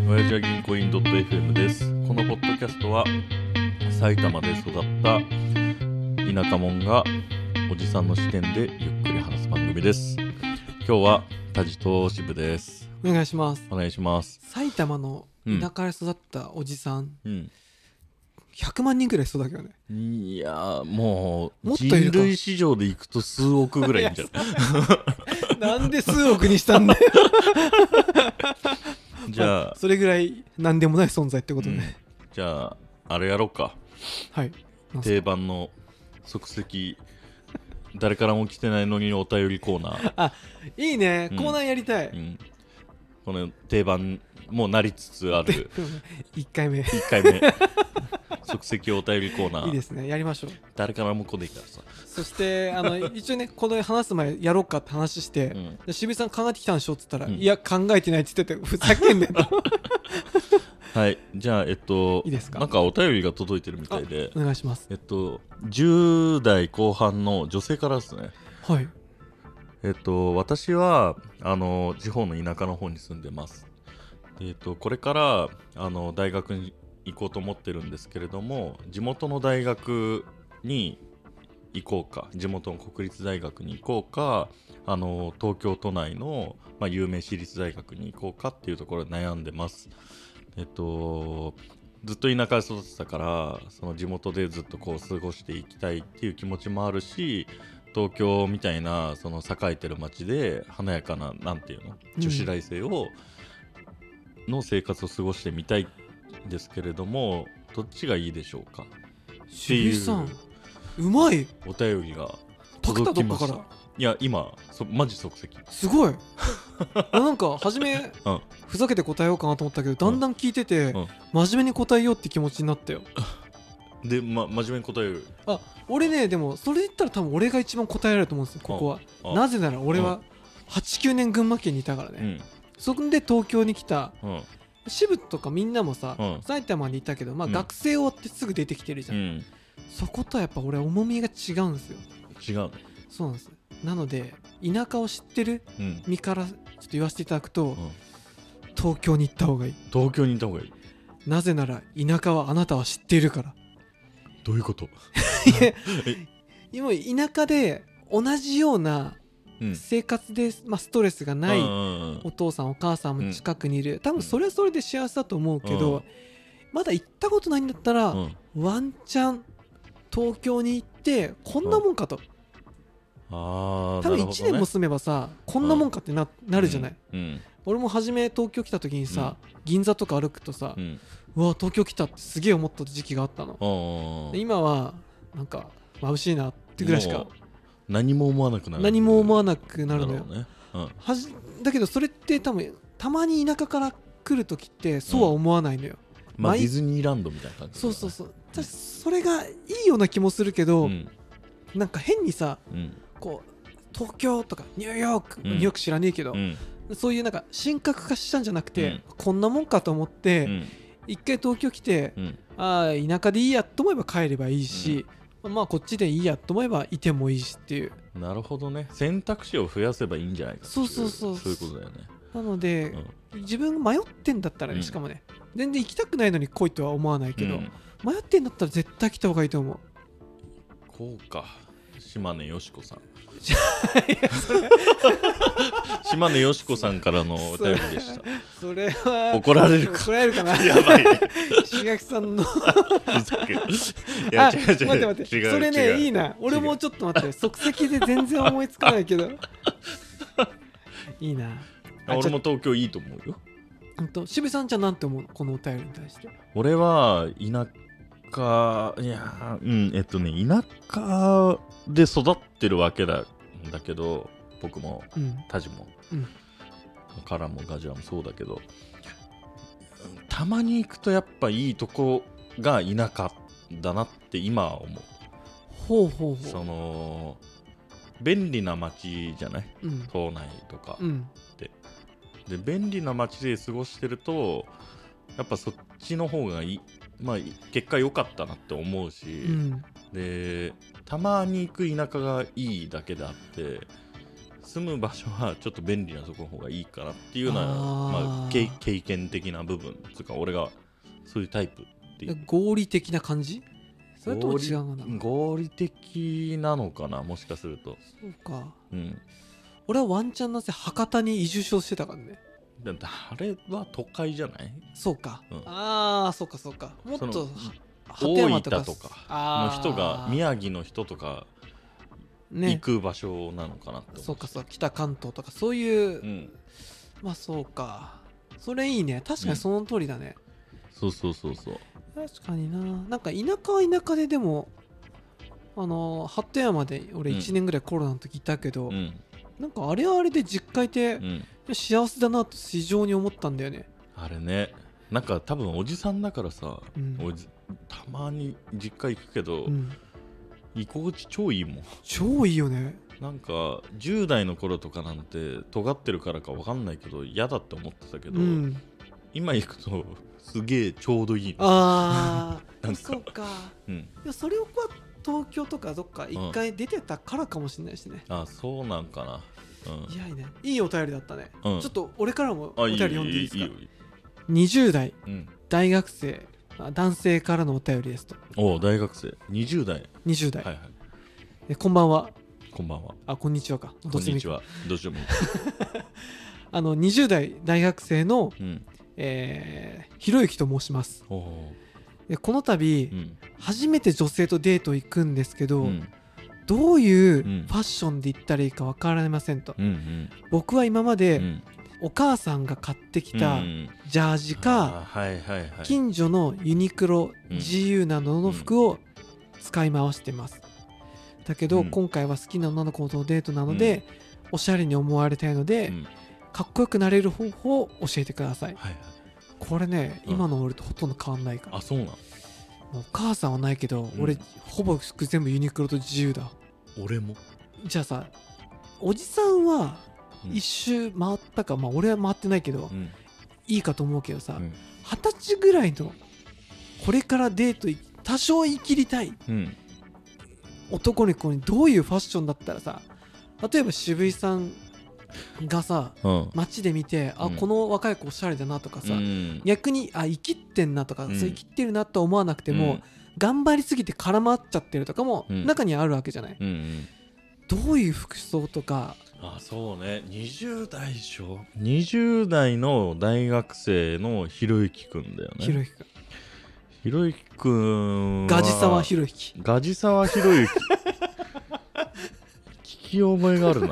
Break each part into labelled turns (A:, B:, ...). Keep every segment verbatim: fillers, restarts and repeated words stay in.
A: 親父は銀行員 .fm です。このポッドキャストは埼玉で育った田舎者がおじさんの視点でゆっくり話す番組です。今日は田地と支部です。
B: お願いします。
A: お願いします。
B: 埼玉の田舎で育ったおじさん、
A: うん、
B: ひゃくまんにんくらいそうだけどね。
A: いやもう
B: もっといるか
A: 人類史上でいくと数億ぐらいいるんじゃない
B: なんで数億にしたんだよ
A: じゃあ、
B: まあ、それぐらいなんでもない存在ってことね、うん、
A: じゃああれやろうか。
B: はい
A: 定番の即席誰からも来てないのにお便りコーナー。
B: あ、いいね、
A: うん、
B: コーナーやりたい、
A: うん、この定番もうなりつつある
B: いっかいめ
A: いっかいめ即席お便りコーナー。
B: いいですね、やりましょう。
A: 誰からも来ねえからさ。
B: そしてあの一応ねこの話す前やろうかって話して、うん、渋井さん考えてきたんでしょって言ったら、うん、いや考えてないって言っててふざけんねんと
A: はい、じゃあえっと
B: いいですか。
A: なんかお便りが届いてるみたいで
B: お願いします。
A: えっとじゅう代後半の女性からですね。
B: はい。
A: えっと私はあの地方の田舎の方に住んでます。えっとこれからあの大学に行こうと思ってるんですけれども、地元の大学に行こうか、地元の国立大学に行こうか、あの東京都内の、まあ、有名私立大学に行こうかっていうところで悩んでます。えっとずっと田舎で育ってたから、その地元でずっとこう過ごしていきたいっていう気持ちもあるし、東京みたいなその栄えてる街で華やかななんていうの女子大生を、うん、の生活を過ごしてみたいですけれども、どっちがいいでしょうかっていう
B: さんうまい
A: お便りが届きました。いや今そマジ即席
B: すごいなんか初め、うん、ふざけて答えようかなと思ったけど、だんだん聞いてて、うん、真面目に答えようって気持ちになったよ
A: で、ま、真面目に答える。
B: あ、俺ね、でもそれで言ったら多分俺が一番答えられると思うんですよ、ここは。
A: ああ
B: なぜなら俺ははちきゅうねん群馬県にいたからね、うん、そこで東京に来た、うん、支部とかみんなもさ、うん、埼玉にいたけど、まあ、学生終わってすぐ出てきてるじゃん、うん、そことはやっぱ俺重みが違うんですよ。
A: 違う。
B: そうなんです。なので田舎を知ってる身からちょっと言わせていただくと、うん、東京に行った方がいい。
A: 東京に行った方がいい。
B: なぜなら田舎はあなたは知っているから。
A: どういうこと？
B: 今田舎で同じような生活で、まあ、ストレスがないお父さんお母さんも近くにいる、うん、多分それはそれで幸せだと思うけど、うん、まだ行ったことないんだったら、うん、ワンチャン東京に行ってこんなもんかと、
A: うん、あ
B: 多分いちねんも住めばさ、ね、こんなもんかってな、うん、なるじゃない、
A: うんうん、
B: 俺も初め東京来た時にさ、うん、銀座とか歩くとさ、うん、うわ東京来たってすげえ思った時期があったの。今はなんか眩しいなってぐらいしか
A: 何も思わなくなる。
B: 何も思わなくなるのよ、
A: ね、うん、
B: はじだけどそれって多分たまに田舎から来る時ってそうは思わないのよ、
A: うん、まあディズニーランドみたいな感じ、ね、
B: そうそうそう。それがいいような気もするけど、うん、なんか変にさ、うん、こう東京とかニューヨーク、うん、ニューヨーク知らねえけど、うん、そういうなんか神格化したんじゃなくて、うん、こんなもんかと思って、うん、一回東京来て、うん、ああ田舎でいいやと思えば帰ればいいし、うん、まあこっちでいいやと思えばいてもいいしっていう。
A: なるほどね。選択肢を増やせばいいんじゃないか。
B: そうそうそう、
A: そういうことだよね。
B: なので、うん、自分が迷ってんだったらね、しかもね全然行きたくないのに来いとは思わないけど、うん、迷ってんだったら絶対来た方がいいと思う。
A: こうか。島根よしこさん島根よしこさんからのお便りでした。
B: それは
A: 怒られるか。
B: 怒られるかな。
A: やばいね。
B: 志垣さんの
A: いや違う違う、
B: 待って待って、
A: 違う、
B: それねいいな。俺もちょっと待って、即席で全然思いつかないけどいいな。
A: 俺も東京いいと思うよ。
B: 渋井さんじゃなんて思うこのお便りに対して。
A: 俺は田舎、いやうんえっとね田舎で育ってるわけだんだけど、僕も、うん、タジも、うん、カラもガジラもそうだけど、たまに行くとやっぱいいとこが田舎だなって今は思う。
B: ほうほうほう。
A: その便利な街じゃない、うん、島内とかって、うん、で便利な街で過ごしてるとやっぱそっちの方がいい、まあ、結果良かったなって思うし、うん、でたまに行く田舎がいいだけであって、 住む場所はちょっと便利なところの方がいいかなっていうような、
B: あ
A: まあ、経経験的な部分つうか俺がそういうタイプっていう
B: 合理的な感じ？それとも違うかな。
A: 合理的なのかな、もしかすると。
B: そうか、
A: うん、
B: 俺はワンチャンなぜ博多に移住しようしてたからね。
A: だあれは都会じゃない？
B: そうか、うん、ああそうかそうか、もっと
A: 大分とかの人が宮城の人とか行く場所なのかなって、ね、
B: そうかそう、北関東とかそういう、うん、まあそうか、それいいね、確かにその通りだね、
A: うん、そうそうそうそう、
B: 確かにな。なんか田舎は田舎ででもあの鳩山で俺いちねんぐらいコロナの時いたけど、うん、なんかあれはあれで実家いて、うん、幸せだなと非常に思ったんだよね。
A: あれね、なんか多分おじさんだからさ、うん、おじたまに実家行くけど、うん、居心地超いいもん。
B: 超いいよね。
A: なんかじゅう代の頃とかなんて尖ってるからか分かんないけど嫌だって思ってたけど、うん、今行くとすげえちょうどいい。あ
B: あなんかそうか、うん、でもそれは東京とかどっか一回出てたからかもしれないしね、
A: うん、あそうなんかな、
B: うん、いやいいね、いいお便りだったね、うん、ちょっと俺からもお便り読んでいいですか？いいいいいいにじゅう代、うん、大学生男性からのお便りですと。
A: おお、大学生にじゅう代
B: にじゅう代、
A: はいはい、
B: えこんばんは。
A: こんばんは。
B: あこんにちはか、
A: こんにちは、どっちでもいい
B: あのにじゅう代大学生の、うんえー、ひろゆきと申します。おでこの度、うん、初めて女性とデート行くんですけど、うん、どういうファッションで行ったらいいか分かられませんと、うんうん、僕は今まで、うん、お母さんが買ってきたジャージか、はいはいはい、近所のユニクロ、うん、ジーユー などの服を使い回してます。だけど、うん、今回は好きな女の子とデートなので、うん、おしゃれに思われたいので、うん、かっこよくなれる方法を教えてください、はいはい、これね、うん、今の俺とほとんど変わんないから。
A: あ、そうなの？
B: お母さんはないけど、うん、俺ほぼ服全部ユニクロと自由だ。
A: 俺も。じ
B: ゃあさ、おじさんは一周回ったか、うん、まあ俺は回ってないけど、うん、いいかと思うけどさ、二、うん、十、歳ぐらいのこれからデート多少言い切りたい、うん、男の子にどういうファッションだったらさ、例えば渋井さんがさ、うん、街で見て、あ、うん、この若い子おしゃれだなとかさ、うん、逆にあ生きってんなとか、うん、そう生きってるなと思わなくても、うん、頑張りすぎて空回っちゃってるとかも中にあるわけじゃない、うんうん、どういう服装とか。
A: あ、そうね、にじゅう代でしょ。にじゅう代の大学生のひろゆきくんだよね。
B: ひろゆきくん
A: ひろゆきくんは
B: ガジ沢ひろゆき
A: ガジ沢ひろゆき聞き覚えがあるな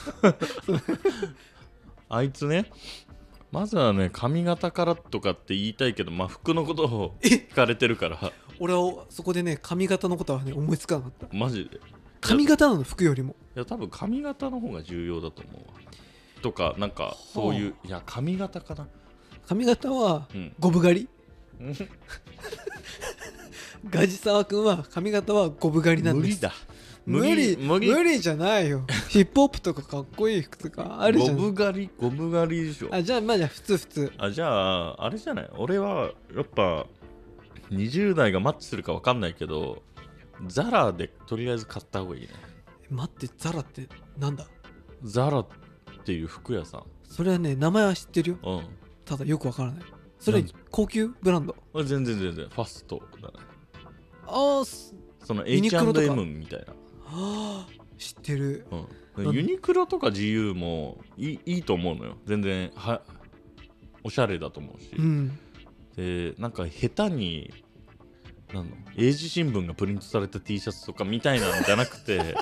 A: あいつね、まずはね、髪型からとかって言いたいけど、まあ、服のことを聞かれてるから
B: 俺はそこでね、髪型のことはね思いつかなかった。
A: マジで
B: 髪型なの？服よりも。
A: いや多分髪型の方が重要だと思うわ。とかなんかそういう、はあ、いや髪型かな。
B: 髪型はゴブ狩り、うん、ガジ沢くんは髪型はゴブ狩りなんです。
A: 無理だ。
B: 無理無理無理じゃないよ。ヒップホップとかかっこいい服とかあるじゃん。
A: ゴブ狩りゴブ狩りでしょ。
B: あ、じゃあまあじゃあ普通普通。
A: あ、じゃああれじゃない。俺はやっぱにじゅう代がマッチするか分かんないけど、ザラでとりあえず買った方がいいね。
B: 待って、ザラってなんだ？
A: ザラっていう服屋さん。
B: それはね、名前は知ってるよ、うん、ただよく分からない。それ高級ブランド？
A: 全然全然ファストだね。
B: ああ、
A: その エイチアンドエム みたいな。
B: はあ、知ってる、
A: うん、ユニクロとか ジーユー もい い, いいと思うのよ。全然はおしゃれだと思うし、うん、でなんか下手になんの英字新聞がプリントされた T シャツとかみたいなんじゃなくて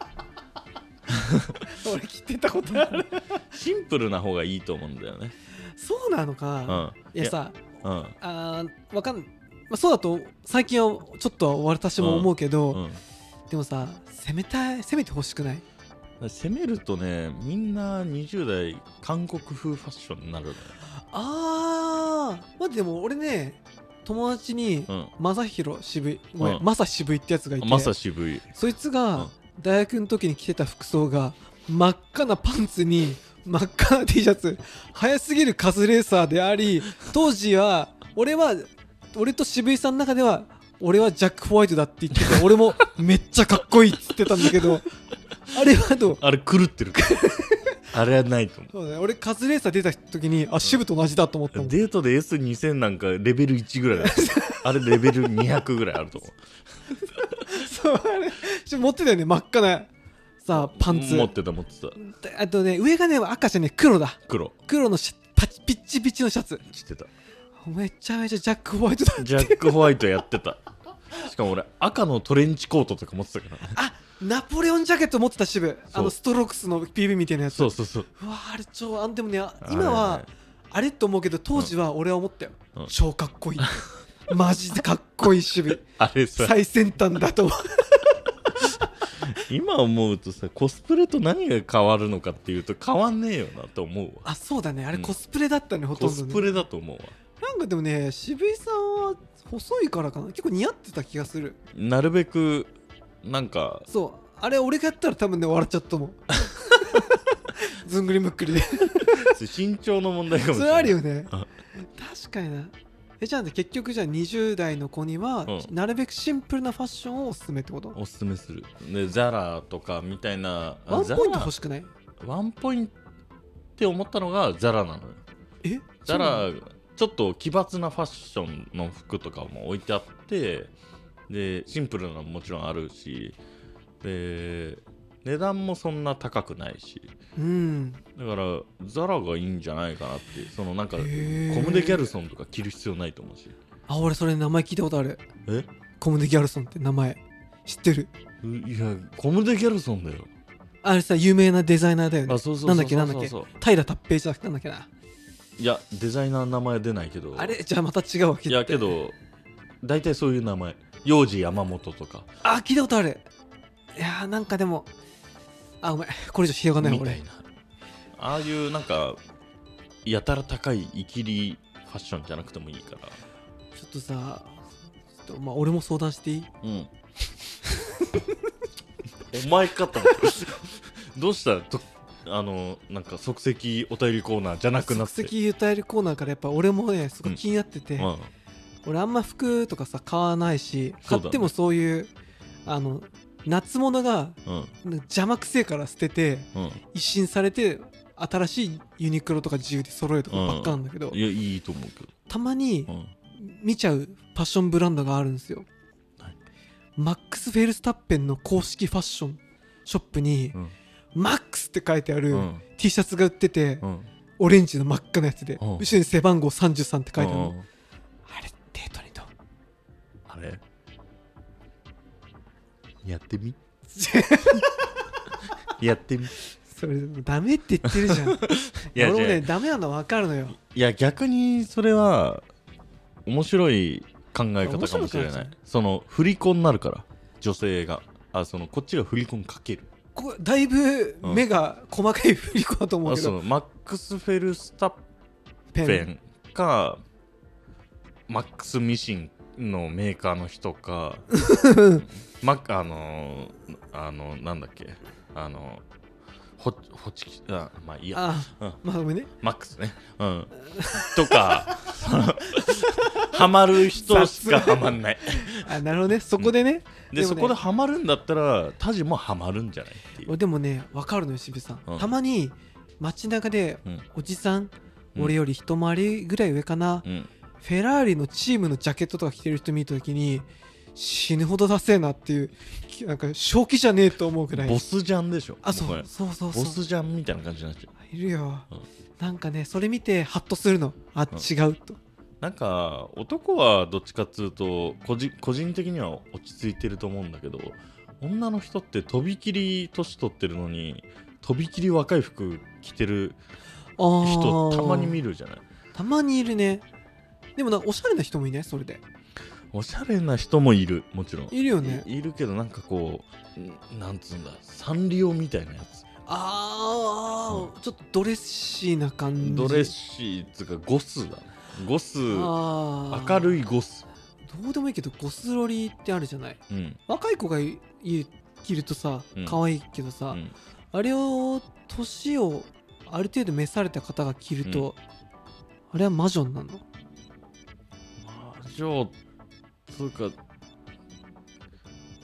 B: 俺着てたことある
A: シンプルな方がいいと思うんだよね。
B: そうなのか、うん、いやさ、うん、あわかん、まあ、そうだと最近はちょっと私も思うけど、うんうん、でもさ、攻めたい、攻めてほしくない？
A: 攻めるとね、みんなにじゅう代韓国風ファッションになるのよ。
B: あー、まあ、でも俺ね、友達に、うん、マサヒロ渋い、ごめん、うん、マサ渋いってやつがいて、
A: マサ渋い、
B: そいつが、うん、大学の時に着てた服装が真っ赤なパンツに真っ赤な T シャツ、早すぎるカズレーサーであり、当時は俺は俺と渋井さんの中では俺はジャック・ホワイトだって言ってて俺もめっちゃかっこいいって言ってたんだけどあれはどう？
A: あれ狂ってるからあれはないと思う。
B: そう、ね、俺カズレーサー出た時にあ渋と同じだと思ったもん。
A: デートで エスにせん なんかレベルいちぐらいだあれレベルにひゃくぐらいあると思う
B: そうあれ持ってたよね、真っ赤なさパンツ
A: 持ってた持ってた。
B: あとね上がね赤じゃね黒だ。
A: 黒
B: 黒のシャパチピッチピチのシャツ
A: 着てた。
B: めちゃめちゃジャック・ホワイトだって。
A: ジャック・ホワイトやってたしかも俺赤のトレンチコートとか持ってたからね。
B: あナポレオンジャケット持ってた渋。あのストロークスの ピーブイ みたいなやつ。
A: そうそうそう。
B: うわあれ超あんでもね今はあれと思うけど当時は俺は思ったよ、うん、超かっこいいマジでかっこいい渋
A: あれさ
B: 最先端だと思う
A: 今思うとさコスプレと何が変わるのかっていうと変わんねえよなと思うわ。
B: あそうだねあれコスプレだったね、うん、ほとんど、ね、
A: コスプレだと思うわ。
B: なんかでもね渋井さんは細いからかな結構似合ってた気がする。
A: なるべくなんか
B: そうあれ俺がやったら多分ね笑っちゃったもんずんぐりむっくりで
A: 身長の問題かもしれない。
B: それあるよね確かにな。えじゃあ、ね、結局じゃあにじゅう代の子には、うん、なるべくシンプルなファッションをおすすめってこと？お
A: すすめする。でザラとかみたいな
B: ワンポイント欲しくない？
A: ワンポイントって思ったのがザラなのよ。
B: え
A: ザラちょっと奇抜なファッションの服とかも置いてあってでシンプルなのももちろんあるしで値段もそんな高くないし、
B: うん、
A: だからザラがいいんじゃないかなって。そのなんかコムデ・ギャルソンとか着る必要ないと思うし。
B: あ俺それ名前聞いたことある。
A: え
B: コムデ・ギャルソンって名前知ってる？
A: いやコムデ・ギャルソンだよ。
B: あれさ有名なデザイナーだよね。
A: あそうそうそうそうそう。
B: なんだっけなんだっけ平達平じゃなくてなんだっけな。
A: いやデザイナーの名前出ないけど。
B: あれじゃあまた違うわけ。
A: いやけど大体そういう名前幼児山本とか。
B: あ聞いたことある。いやーなんかでもあごめんこれ以上広がない俺。
A: ああいうなんかやたら高いイキリファッションじゃなくてもいいから。
B: ちょっとさちょっとまあ俺も相談していい？
A: うんお前かとどうしたとあのなんか即席お便りコーナーじゃなくなって
B: 即席お便りコーナーからやっぱ俺もねすごい気になってて、うんうん、俺あんま服とかさ買わないし、ね、買ってもそういうあの夏物が、うん、邪魔くせえから捨てて、うん、一新されて新しいユニクロとか自由で揃えるとかばっかなんだけど、
A: うん、いやいいと思うけど
B: たまに見ちゃうファッションブランドがあるんですよ、はい、マックス・フェルスタッペンの公式ファッションショップに、うん、マックスって書いてある、うん、T シャツが売ってて、うん、オレンジの真っ赤なやつで、うん、後ろに背番号さんじゅうさんって書いてあるの、うん、あれデートにどう？
A: あれやってみやってみ
B: それダメって言ってるじゃんいや俺もねダメなの分かるのよ。
A: いや逆にそれは面白い考え方かもしれない。その振り子になるから女性があそのこっちが振り子にかける
B: こだいぶ目が細かい振り子だと思うけど、
A: うん、そのマックス・フェルスタッペンかマックス・ミシンのメーカーの人かマあのー、あのなんだっけあのホホチキあまあいいや
B: あ、うん、まあごめんね
A: マックスね、うん、とかハマる人しかハマんない
B: あなるほどねそこでね、
A: うん、で, で、ね、そこでハマるんだったらタジもハマるんじゃないっていう。
B: でもね分かるのよ渋さん、うん、たまに街中で、うん、おじさん、うん、俺より一回りぐらい上かな、うんフェラーリのチームのジャケットとか着てる人見たときに死ぬほどダセえなっていうなんか正気じゃねえと思うくらい
A: ボスジャンでしょ。
B: あそうそうそうそう
A: ボスジャンみたいな感じになっちゃう。
B: いるよ、うん、なんかねそれ見てハッとするのあ、うん、違うと。
A: なんか男はどっちかっつうと個人、個人的には落ち着いてると思うんだけど女の人ってとびきり年取ってるのにとびきり若い服着てる人たまに見るじゃない。
B: たまにいるね。でもなんかおしゃれな人もいないそれで。
A: おしゃれな人もいるもちろん
B: いるよね。
A: い, いるけどなんかこうなんつうんだサンリオみたいなやつ。
B: あー、うん、ちょっとドレッシーな感じ。
A: ドレッシーっていうかゴスだね。ゴス明るいゴス。
B: どうでもいいけどゴスロリってあるじゃない、
A: うん、
B: 若い子がいい着るとさ可愛いけどさ、うん、あれを年をある程度召された方が着ると、うん、あれは魔女になるの？
A: 魔女とか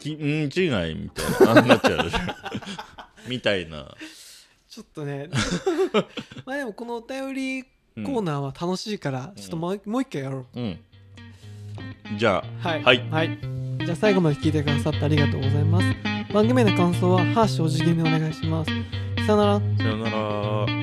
A: きん違いみたいなあんなっちゃうみたいな。
B: ちょっとねまあでもこのお便りコーナーは楽しいから、うん、ちょっともう、もう一回やろう、うん、
A: じゃあ
B: はい、はいはい、じゃあ最後まで聞いてくださってありがとうございます。番組への感想はハッシュお辞儀にお願いします。さよなら。
A: さよなら。